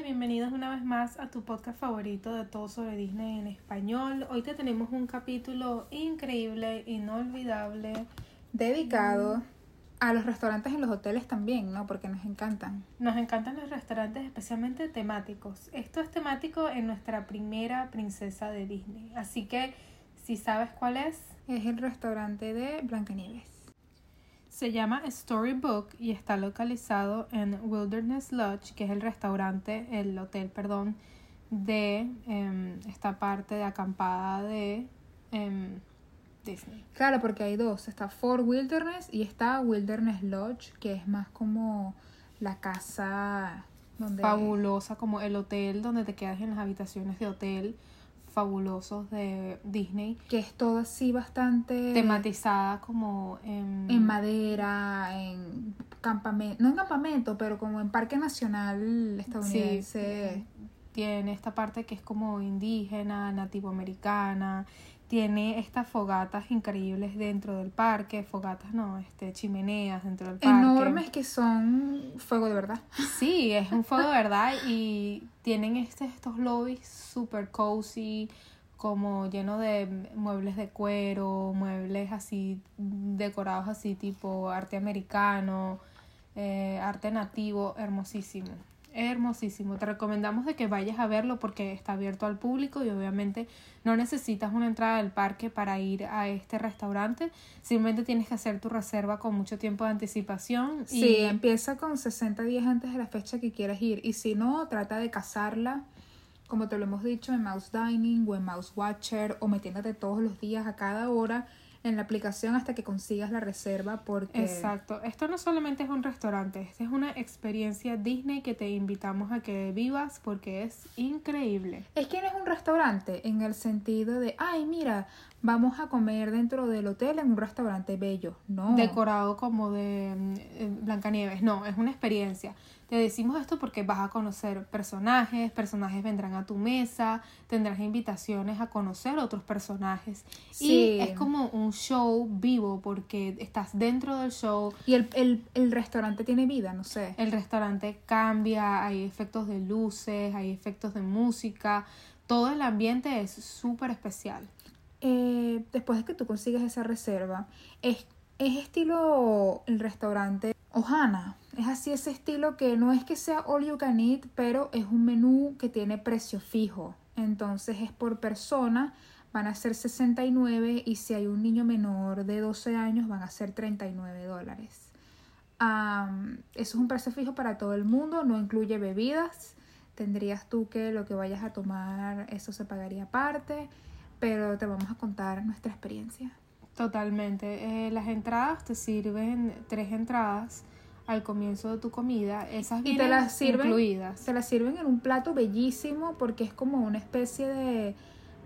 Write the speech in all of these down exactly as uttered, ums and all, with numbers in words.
bienvenidos una vez más a tu podcast favorito de todo sobre Disney en español. Hoy te tenemos un capítulo increíble, inolvidable, dedicado mm. a los restaurantes en los hoteles también, ¿no? Porque nos encantan. Nos encantan los restaurantes, especialmente temáticos. Esto es temático en nuestra primera princesa de Disney. Así que, si sabes cuál es... Es el restaurante de Blancanieves. Se llama Storybook y está localizado en Wilderness Lodge, que es el restaurante, el hotel, perdón, de um, esta parte de acampada de um, Disney. Claro, porque hay dos. Está Fort Wilderness y está Wilderness Lodge, que es más como la casa donde... Fabulosa, como el hotel donde te quedas en las habitaciones de hotel fabulosos de Disney, que es todo así bastante tematizada como en, en madera, en campamento, no en campamento, pero como en Parque Nacional estadounidense. Sí, tiene esta parte que es como indígena, nativoamericana, tiene estas fogatas increíbles dentro del parque, fogatas no, este chimeneas dentro del parque. Enormes que son fuego de verdad. Sí, es un fuego de verdad y tienen este, estos lobbies super cozy, como lleno de muebles de cuero, muebles así decorados así tipo arte americano, eh, arte nativo, hermosísimo. Hermosísimo, te recomendamos de que vayas a verlo porque está abierto al público y obviamente no necesitas una entrada del parque para ir a este restaurante, simplemente tienes que hacer tu reserva con mucho tiempo de anticipación. Sí, y... empieza con sesenta días antes de la fecha que quieras ir y si no, trata de cazarla, como te lo hemos dicho, en Mouse Dining o en Mouse Watcher o metiéndote todos los días a cada hora en la aplicación hasta que consigas la reserva porque... Exacto. Esto no solamente es un restaurante, esta es una experiencia Disney que te invitamos a que vivas porque es increíble. Es que no es un restaurante en el sentido de, ay, mira, vamos a comer dentro del hotel en un restaurante bello. No. Decorado como de eh, Blancanieves. No, es una experiencia. Te decimos esto porque vas a conocer personajes, personajes vendrán a tu mesa, tendrás invitaciones a conocer otros personajes. Sí. Y es como un show vivo porque estás dentro del show. Y el, el, el restaurante tiene vida, no sé. El restaurante cambia, hay efectos de luces, hay efectos de música. Todo el ambiente es súper especial. Eh, después de que tú consigas esa reserva, es, es estilo el restaurante Ohana. Es así ese estilo que no es que sea all you can eat, pero es un menú que tiene precio fijo. Entonces es por persona, van a ser sesenta y nueve y si hay un niño menor de doce años van a ser treinta y nueve dólares. Um, eso es un precio fijo para todo el mundo, no incluye bebidas. Tendrías tú que lo que vayas a tomar, eso se pagaría aparte, pero te vamos a contar nuestra experiencia. Totalmente. Eh, las entradas te sirven tres entradas al comienzo de tu comida. Esas vienen y te las sirven, incluidas. Te las sirven en un plato bellísimo porque es como una especie de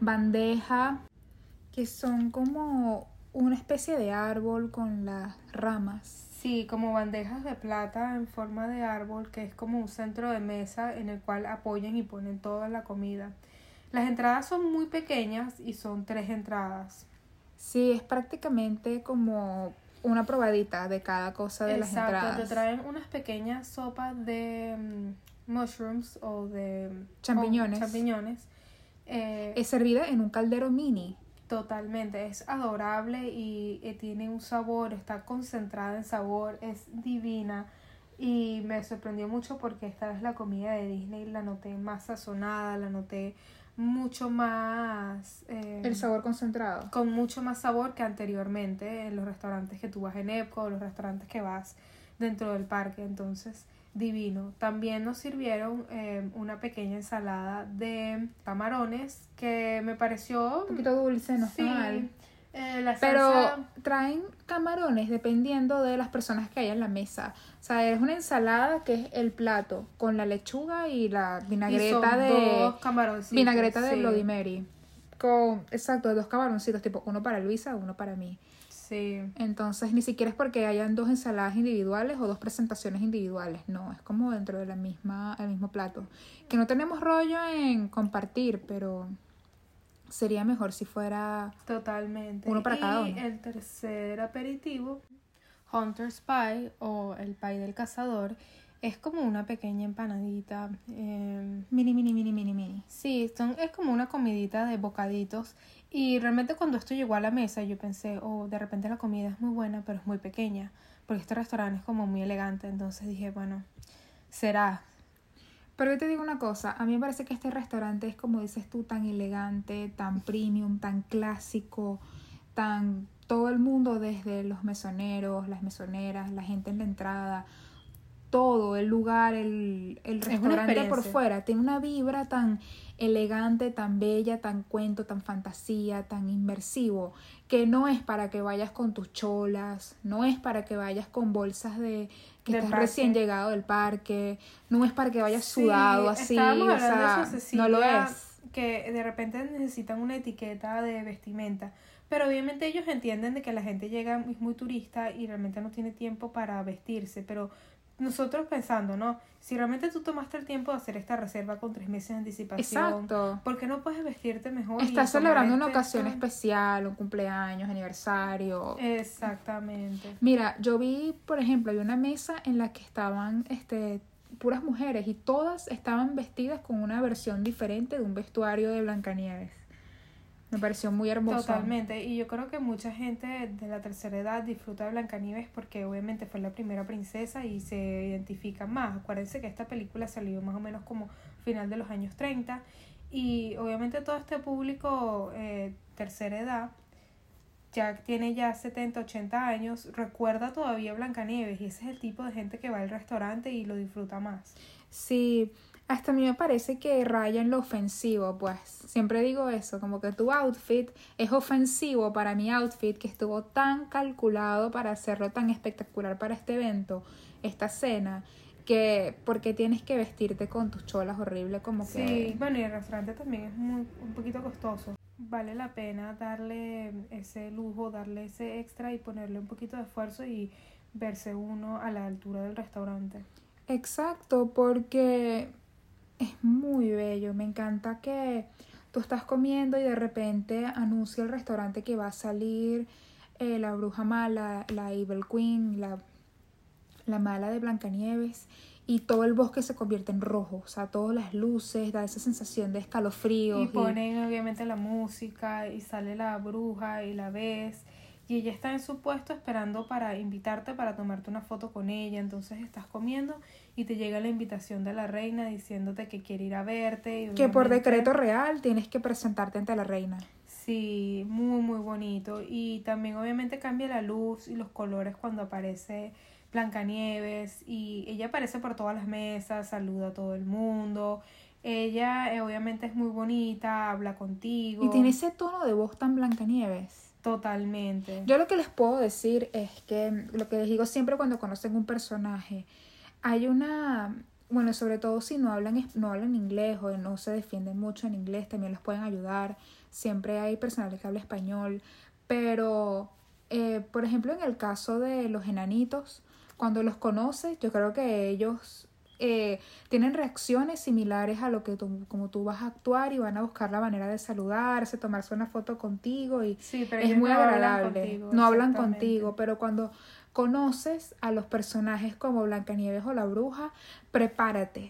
bandeja que son como una especie de árbol con las ramas. Sí, como bandejas de plata en forma de árbol que es como un centro de mesa en el cual apoyan y ponen toda la comida. Las entradas son muy pequeñas y son tres entradas. Sí, es prácticamente como una probadita de cada cosa de Exacto, las entradas. Te traen unas pequeñas sopas de um, mushrooms o de champiñones. O champiñones. Eh, es servida en un caldero mini. Totalmente, es adorable y eh, tiene un sabor, está concentrada en sabor, es divina. Y me sorprendió mucho porque esta vez la comida de Disney la noté más sazonada, la noté mucho más... Eh, el sabor concentrado. Con mucho más sabor que anteriormente en los restaurantes que tú vas en Epcot o los restaurantes que vas dentro del parque. Entonces, divino. También nos sirvieron eh, una pequeña ensalada de camarones que me pareció... Un poquito dulce, no sí, está mal. Eh, la Pero salsa... traen camarones dependiendo de las personas que hay en la mesa. O sea, es una ensalada que es el plato con la lechuga y la vinagreta y de dos camaroncitos, vinagreta de sí. Bloody Mary. Con, exacto, dos camaroncitos, tipo uno para Luisa, uno para mí. Sí. Entonces ni siquiera es porque hayan dos ensaladas individuales o dos presentaciones individuales. No, es como dentro de la misma, el mismo plato. Que no tenemos rollo en compartir, pero sería mejor si fuera totalmente uno para y cada uno. El tercer aperitivo, Hunter's Pie o el pie del cazador, Es como una pequeña empanadita. Eh, Mini, mini, mini, mini, mini. sí, son, es como una comidita de bocaditos. Y realmente cuando esto llegó a la mesa, yo pensé, oh, de repente la comida es muy buena, pero es muy pequeña. Porque este restaurante es como muy elegante. Entonces dije, bueno, será. Pero yo te digo una cosa, a mí me parece que este restaurante es, como dices tú, tan elegante, tan premium, tan clásico, tan todo el mundo, desde los mesoneros, las mesoneras, la gente en la entrada, todo, el lugar, el, el Es una restaurante por experiencia. fuera, tiene una vibra tan elegante, tan bella, tan cuento, tan fantasía, tan inmersivo, que no es para que vayas con tus cholas, no es para que vayas con bolsas de que Del estás parque. recién llegado del parque, no es para que vayas Sí, sudado así, estábamos o hablando de sea, eso, Cecilia, no lo es. que de repente necesitan una etiqueta de vestimenta, pero obviamente ellos entienden de que la gente llega, es muy turista y realmente no tiene tiempo para vestirse, pero nosotros pensando, ¿no? Si realmente tú tomaste el tiempo de hacer esta reserva con tres meses de anticipación, Exacto. ¿por qué no puedes vestirte mejor? Estás y tomar celebrando una este ocasión esto? especial, un cumpleaños, aniversario. Exactamente. Mira, yo vi, por ejemplo, hay una mesa en la que estaban este, puras mujeres y todas estaban vestidas con una versión diferente de un vestuario de Blancanieves. Me pareció muy hermoso. Totalmente, y yo creo que mucha gente de la tercera edad disfruta de Blancanieves porque obviamente fue la primera princesa y se identifica más. Acuérdense que esta película salió más o menos como final de los años treinta y obviamente todo este público eh, tercera edad ya tiene ya setenta ochenta años, recuerda todavía Blancanieves y ese es el tipo de gente que va al restaurante y lo disfruta más. Sí, hasta a mí me parece que raya en lo ofensivo, pues siempre digo eso, como que tu outfit es ofensivo para mi outfit que estuvo tan calculado para hacerlo tan espectacular para este evento, esta cena, que porque tienes que vestirte con tus cholas horrible como Sí, que... bueno, y el restaurante también es muy, un poquito costoso. Vale la pena darle ese lujo, darle ese extra y ponerle un poquito de esfuerzo y verse uno a la altura del restaurante. Exacto, porque es muy bello, me encanta que tú estás comiendo y de repente anuncia el restaurante que va a salir eh, la bruja mala, la Evil Queen, la, la mala de Blancanieves y todo el bosque se convierte en rojo, o sea, todas las luces, da esa sensación de Y escalofríos y ponen obviamente la música y sale la bruja y la ves y ella está en su puesto esperando para invitarte para tomarte una foto con ella. Entonces estás comiendo y te llega la invitación de la reina diciéndote que quiere ir a verte y que por obviamente decreto real tienes que presentarte ante la reina. sí, muy muy bonito y también obviamente cambia la luz y los colores cuando aparece Blancanieves y ella aparece por todas las mesas, saluda a todo el mundo. Ella eh, obviamente es muy bonita, habla contigo. Y tiene ese tono de voz tan Blancanieves. Totalmente. Yo lo que les puedo decir es que lo que les digo siempre cuando conocen un personaje, hay una, bueno, sobre todo si no hablan, es- no hablan inglés o no se defienden mucho en inglés, también los pueden ayudar. Siempre hay personal que habla español, pero, eh, por ejemplo, en el caso de los enanitos, cuando los conoces, yo creo que ellos eh, tienen reacciones similares a lo que tú, como tú vas a actuar y van a buscar la manera de saludarse, tomarse una foto contigo y Sí, pero es ellos muy no hablan agradable. contigo, No hablan exactamente. contigo, pero cuando conoces a los personajes como Blancanieves o la bruja, prepárate.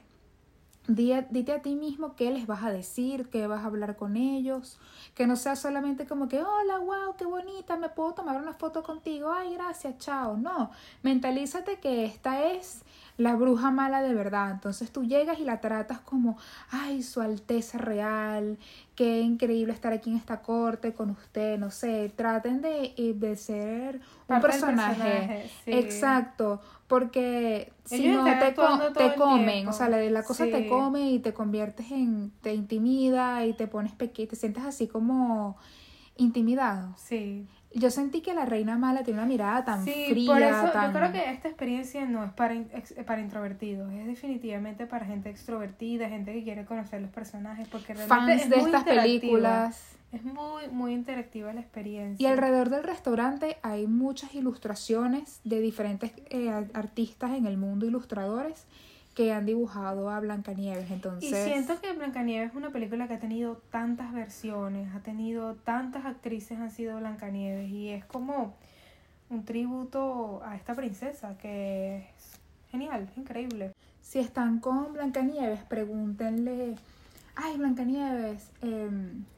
Di a- Dite a ti mismo qué les vas a decir, qué vas a hablar con ellos, que no sea solamente como que, hola, wow, qué bonita, me puedo tomar una foto contigo, ay, gracias, chao. No, mentalízate que esta es la bruja mala de verdad. Entonces tú llegas y la tratas como, ay, su alteza real, qué increíble estar aquí en esta corte con usted, no sé, traten de, eh, de ser un Parte del personaje. personaje, sí. Exacto, porque si Ellos no están te, co- actuando todo te el comen, tiempo. o sea, la, la cosa te Sí. come y te conviertes en, te intimida y te pones pequeño, te sientes así como intimidado. Sí. Yo sentí que la reina mala tiene una mirada tan Sí, fría, por eso tan... yo creo que esta experiencia no es para, in- ex- para introvertidos, es definitivamente para gente extrovertida, gente que quiere conocer los personajes, porque realmente fans es de muy estas interactiva. películas. Es muy, muy interactiva la experiencia. Y alrededor del restaurante hay muchas ilustraciones de diferentes eh, a- artistas en el mundo, ilustradores, que han dibujado a Blancanieves. Entonces, Y siento que Blancanieves es una película que ha tenido tantas versiones, ha tenido tantas actrices han sido Blancanieves y es como un tributo a esta princesa que es genial, es increíble. Si están con Blancanieves, pregúntenle, ay, Blancanieves, eh,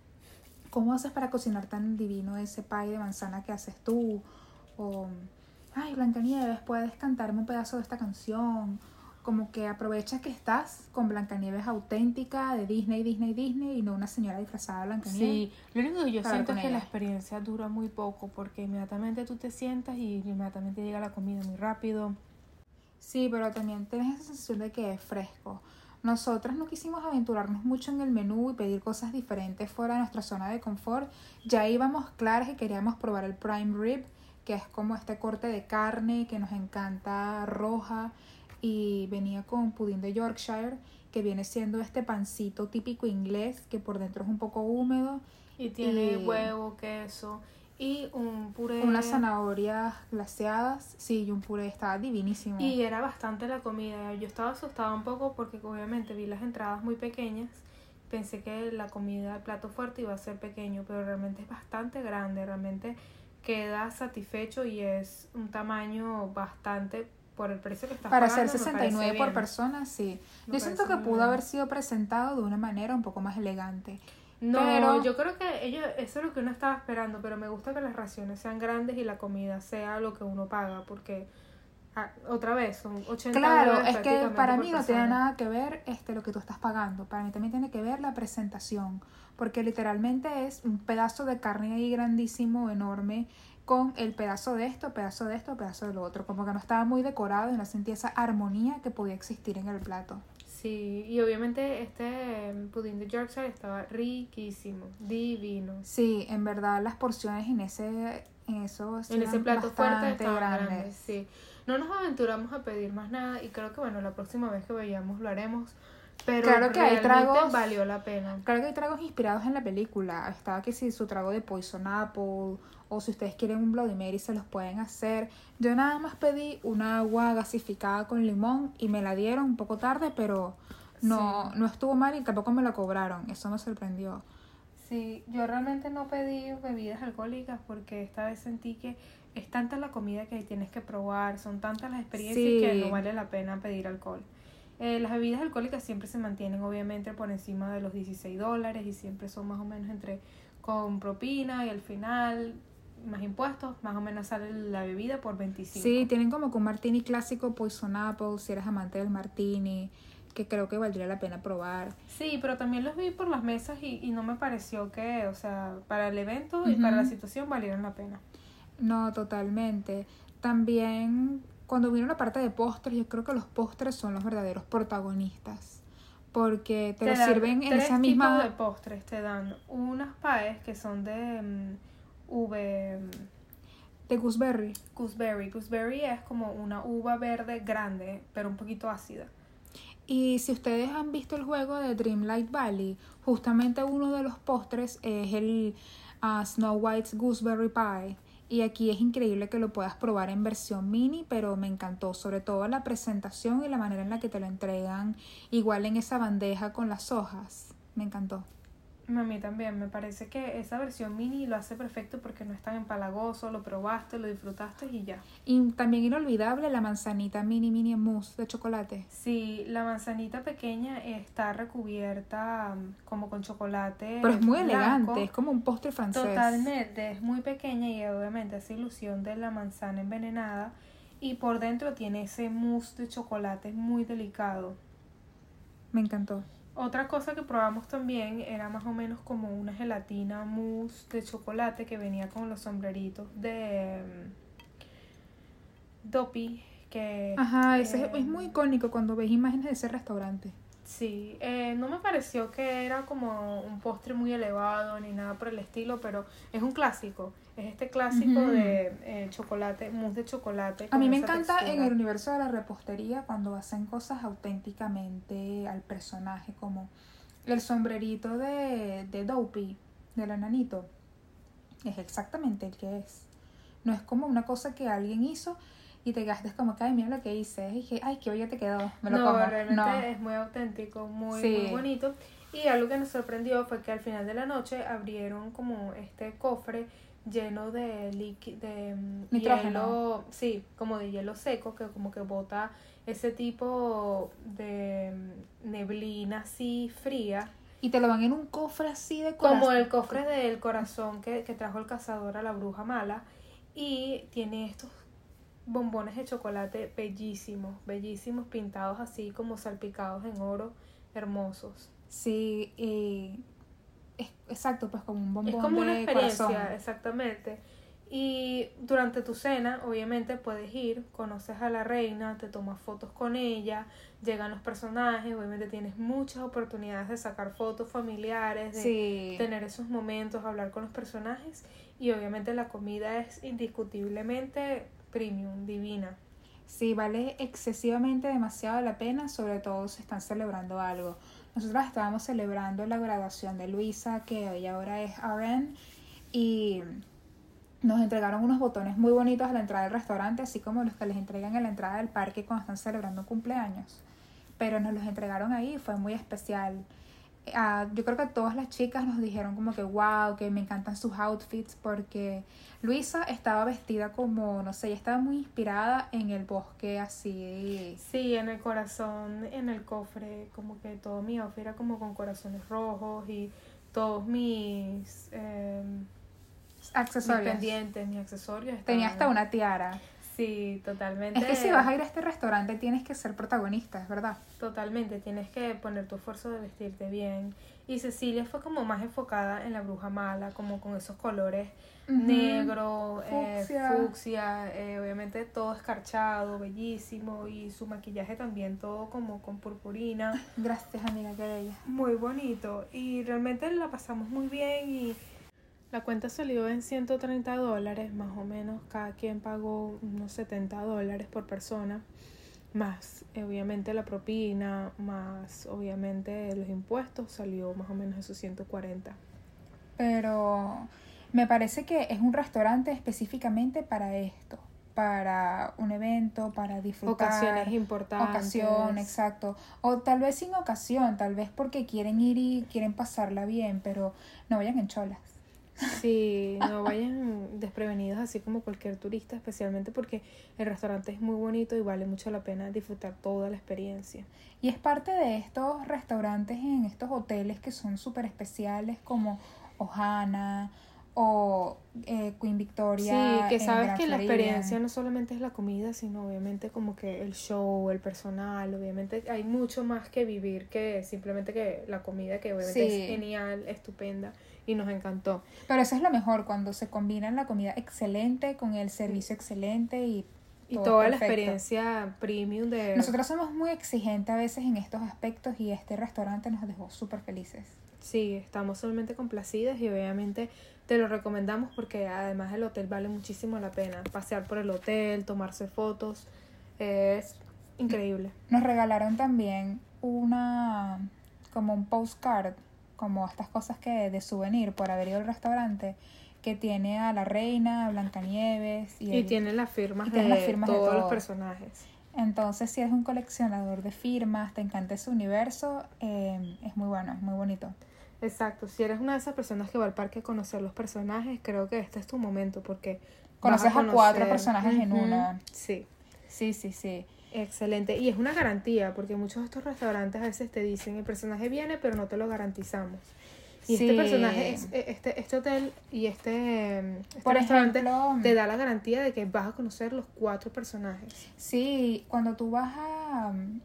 ¿cómo haces para cocinar tan divino ese pie de manzana que haces tú? O, ay, Blancanieves, ¿puedes cantarme un pedazo de esta canción? Como que aprovecha que estás con Blancanieves auténtica de Disney, Disney, Disney y no una señora disfrazada de Blancanieves. Sí, lo único que yo Para siento con es que ella. la experiencia dura muy poco porque inmediatamente tú te sientas y inmediatamente llega la comida muy rápido. Sí, pero también tienes esa sensación de que es fresco. Nosotras no quisimos aventurarnos mucho en el menú y pedir cosas diferentes fuera de nuestra zona de confort. Ya íbamos claras y queríamos probar el prime rib, que es como este corte de carne que nos encanta roja y venía con pudín de Yorkshire, que viene siendo este pancito típico inglés que por dentro es un poco húmedo. Y tiene Y- huevo, queso y un puré. Unas zanahorias glaseadas, sí, y un puré, estaba divinísimo. Y era bastante la comida. Yo estaba asustada un poco porque obviamente vi las entradas muy pequeñas. Pensé que la comida, el plato fuerte iba a ser pequeño, pero realmente es bastante grande. Realmente queda satisfecho y es un tamaño bastante por el precio que estás Para pagando. hacer me sesenta y nueve parece por bien. persona, sí. Me Yo siento parece que muy pudo bien. haber sido presentado de una manera un poco más elegante. No, Pero- yo creo que ellos, eso es lo que uno estaba esperando, pero me gusta que las raciones sean grandes y la comida sea lo que uno paga, porque ah, otra vez son ochenta Claro, dólares es que prácticamente para por mí no tiene persona. nada que ver este, lo que tú estás pagando. Para mí también tiene que ver la presentación. Porque literalmente es un pedazo de carne ahí grandísimo, enorme, con el pedazo de esto, pedazo de esto, pedazo de lo otro. Como que no estaba muy decorado y no sentía esa armonía que podía existir en el plato. Sí, y obviamente este em, pudín de Yorkshire estaba riquísimo, divino. Sí, en verdad las porciones en ese, en eso En ese eran plato fuerte bastante estaban grandes. grandes, sí. No nos aventuramos a pedir más nada y creo que bueno, la próxima vez que vayamos lo haremos, pero Claro que hay realmente tragos- valió la pena. Claro que hay tragos inspirados en la película. Estaba que si su trago de Poison Apple o si ustedes quieren un Bloody Mary se los pueden hacer. Yo nada más pedí una agua gasificada con limón y me la dieron un poco tarde, pero no, Sí. no estuvo mal y tampoco me la cobraron. Eso me sorprendió. Sí, yo realmente no pedí bebidas alcohólicas porque esta vez sentí que es tanta la comida que tienes que probar, son tantas las experiencias Sí. que no vale la pena pedir alcohol. Eh, las bebidas alcohólicas siempre se mantienen obviamente por encima de los dieciséis dólares y siempre son más o menos entre con propina y al final más impuestos, más o menos sale la bebida por veinticinco. Sí, tienen como que un martini clásico Poison Apple, si eres amante del martini, que creo que valdría la pena probar. Sí, pero también los vi por las mesas y, y no me pareció que, o sea, para el evento y para la Ujú. situación valieron la pena. No, totalmente. También cuando vino la parte de postres, yo creo que los postres son los verdaderos protagonistas. Porque te, lo dan sirven en tres esa tipos misma... de postres, te dan unas paes que son de mm, uve, mm, de gooseberry. gooseberry. Gooseberry es como una uva verde grande, pero un poquito ácida. Y si ustedes han visto el juego de Dreamlight Valley, justamente uno de los postres es el uh, Snow White's Gooseberry Pie. Y aquí es increíble que lo puedas probar en versión mini, pero me encantó, sobre todo la presentación y la manera en la que te lo entregan, igual en esa bandeja con las hojas. Me encantó. A mí también, me parece que esa versión mini lo hace perfecto porque no es tan empalagoso, lo probaste, lo disfrutaste y ya. Y también inolvidable la manzanita mini mini en mousse de chocolate. Sí, la manzanita pequeña está recubierta mm, como con chocolate Pero es muy blanco. elegante, es como un postre francés. Totalmente, es muy pequeña y obviamente hace ilusión de la manzana envenenada y por dentro tiene ese mousse de chocolate muy delicado. Me encantó. Otra cosa que probamos también era más o menos como una gelatina mousse de chocolate que venía con los sombreritos de um, Dopey que Ajá, ese eh, es, es muy icónico cuando ves imágenes de ese restaurante. sí, eh, no me pareció que era como un postre muy elevado ni nada por el estilo, pero es un clásico. Es este clásico Ujú. de eh, chocolate, mousse de chocolate. A con mí me esa encanta en textura. el universo de la repostería cuando hacen cosas auténticamente al personaje, como el sombrerito de, de Dopey, del enanito. Es exactamente el que es. No es como una cosa que alguien hizo y te gastes como que, ay, mira lo que hice. Y dije, ay, qué bello te quedó, me lo no, como. realmente No, es muy auténtico, muy, Sí. muy bonito. Y algo que nos sorprendió fue que al final de la noche abrieron como este cofre lleno de líquido, de mm, Nitrógeno. hielo, sí, como de hielo seco, que como que bota ese tipo de neblina así fría. Y te lo van en un cofre así de corazón. Como el cofre del corazón que, que trajo el cazador a la bruja mala. Y tiene estos bombones de chocolate bellísimos, bellísimos, pintados así como salpicados en oro, hermosos. Sí, y es, exacto, pues como un bombón Es como una de experiencia, corazón. exactamente. Y durante tu cena, obviamente puedes ir, conoces a la reina, te tomas fotos con ella, llegan los personajes, obviamente tienes muchas oportunidades de sacar fotos familiares, de Sí. tener esos momentos, hablar con los personajes, y obviamente la comida es indiscutiblemente premium, divina. Sí, vale excesivamente demasiado la pena, sobre todo si están celebrando algo. Nosotros estábamos celebrando la graduación de Luisa, que hoy ahora es R N, y nos entregaron unos botones muy bonitos a la entrada del restaurante, así como los que les entregan en la entrada del parque cuando están celebrando un cumpleaños. Pero nos los entregaron ahí y fue muy especial. Uh, yo creo que todas las chicas nos dijeron como que wow, que me encantan sus outfits, porque Luisa estaba vestida como, no sé, ella estaba muy inspirada en el bosque así. Sí, en el corazón, en el cofre, como que todo mi outfit era como con corazones rojos y todos mis... Eh, accesorios. Mis pendientes, mis accesorios. Estaban... Tenía hasta una tiara. Sí, totalmente. Es que si vas a ir a este restaurante tienes que ser protagonista, es verdad. Totalmente, tienes que poner tu esfuerzo de vestirte bien. Y Cecilia fue como más enfocada en la bruja mala, como con esos colores uh-huh. negro, fucsia, eh, fucsia eh, obviamente todo escarchado, bellísimo, y su maquillaje también todo como con purpurina. Gracias, amiga, qué bella. Muy bonito, y realmente la pasamos muy bien y la cuenta salió en ciento treinta dólares, más o menos. Cada quien pagó unos setenta dólares por persona. Más, obviamente, la propina, más, obviamente, los impuestos. Salió más o menos esos ciento cuarenta. Pero me parece que es un restaurante específicamente para esto. Para un evento, para disfrutar. Ocasiones importantes. Ocasión, exacto. O tal vez sin ocasión, tal vez porque quieren ir y quieren pasarla bien, pero no vayan en cholas. Sí, no vayan desprevenidos así como cualquier turista, especialmente porque el restaurante es muy bonito y vale mucho la pena disfrutar toda la experiencia. Y es parte de estos restaurantes en estos hoteles que son súper especiales como Ohana o eh, Queen Victoria. Sí, que sabes Grand que la Floridian. experiencia no solamente es la comida, sino obviamente como que el show, el personal, obviamente hay mucho más que vivir que simplemente que la comida, que obviamente Sí. es genial, estupenda y nos encantó. Pero eso es lo mejor, cuando se combinan la comida excelente con el servicio excelente y Y todo toda la perfecto. experiencia premium de... Nosotros somos muy exigentes a veces en estos aspectos y este restaurante nos dejó súper felices. Sí, estamos solamente complacidas y obviamente te lo recomendamos porque además el hotel vale muchísimo la pena. Pasear por el hotel, tomarse fotos, es increíble. Nos regalaron también una, como un postcard, como estas cosas que de souvenir por haber ido al restaurante, que tiene a la reina, a Blancanieves. Y, Y el, tiene las firmas, y de, tiene las firmas todos de todo. los personajes. Entonces, si eres un coleccionador de firmas, te encanta ese universo, eh, es muy bueno, es muy bonito. Exacto, si eres una de esas personas que va al parque a conocer los personajes, creo que este es tu momento porque conoces vas a, a cuatro personajes uh-huh. en uno. Sí. Sí, sí, sí. Excelente. Y es una garantía, porque muchos de estos restaurantes a veces te dicen el personaje viene, pero no te lo garantizamos. Y sí. este personaje, es, este, este hotel y este, este Por restaurante ejemplo, te da la garantía de que vas a conocer los cuatro personajes. Sí, cuando tú vas a um,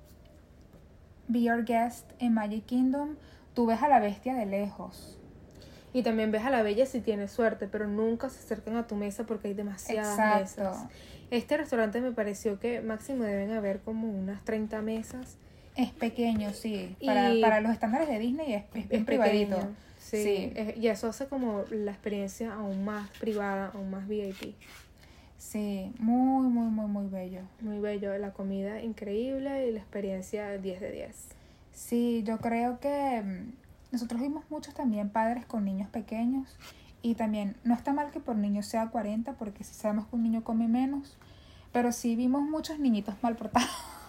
Be Your Guest en Magic Kingdom, tú ves a la bestia de lejos. Y también ves a la bella si tienes suerte, pero nunca se acercan a tu mesa porque hay demasiadas Exacto. mesas. Este restaurante me pareció que máximo deben haber como unas treinta mesas. Es pequeño, sí. Y para, para los estándares de Disney es, es bien es privadito. Pequeño, sí. sí. Es, y eso hace como la experiencia aún más privada, aún más V I P. Sí, muy, muy, muy, muy bello. Muy bello. La comida increíble y la experiencia diez de diez. Sí, yo creo que nosotros vimos muchos también padres con niños pequeños. Y también no está mal que por niño sea cuarenta, porque si sabemos que un niño come menos. Pero sí vimos muchos niñitos mal portados.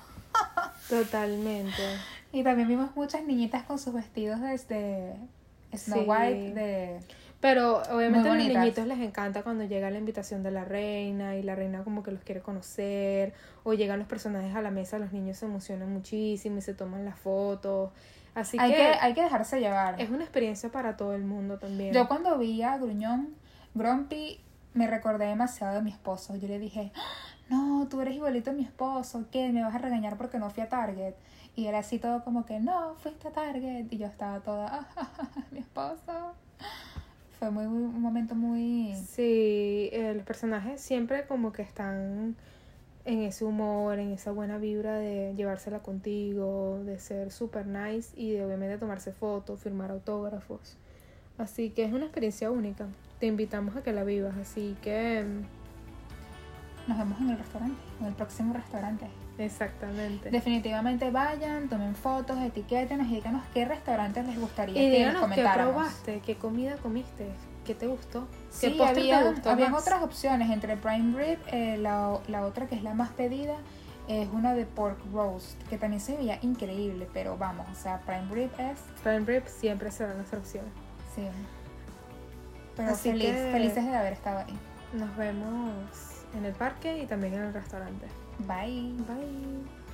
Totalmente. Y también vimos muchas niñitas con sus vestidos desde Snow sí. White. De... Pero obviamente a Muy los bonitas. niñitos les encanta cuando llega la invitación de la reina y la reina como que los quiere conocer, o llegan los personajes a la mesa, los niños se emocionan muchísimo y se toman las fotos. Así Hay que, que, hay que dejarse llevar. es una experiencia para todo el mundo también. Yo cuando vi a Gruñón, Grumpy, me recordé demasiado de mi esposo. Yo le dije, "Ah, no, tú eres igualito a mi esposo, ¿qué? ¿Me vas a regañar porque no fui a Target?" Y él así todo como que, no, fuiste a Target. Y yo estaba toda, "Ah, ja, ja, ja, mi esposo." Fue muy, muy- un momento muy... Sí, eh, los personajes siempre como que están en ese humor, en esa buena vibra de llevársela contigo, de ser super nice y de obviamente tomarse fotos, firmar autógrafos. Así que es una experiencia única. Te invitamos a que la vivas, así que Nos vemos en el restaurante, en el próximo restaurante. exactamente. Definitivamente vayan, tomen fotos, etiquétenos y díganos qué restaurantes les gustaría Y que les díganos qué comentáramos. probaste, qué comida comiste, qué te gustó, Sí, qué postre había, te gustó habían más. otras opciones entre prime rib, eh, la, la otra que es la más pedida es una de pork roast, que también se veía increíble, pero vamos, o sea, prime rib es, Prime Rib siempre será nuestra opción. sí, pero Así feliz, que- felices de haber estado ahí. Nos vemos en el parque y también en el restaurante. Bye. Bye.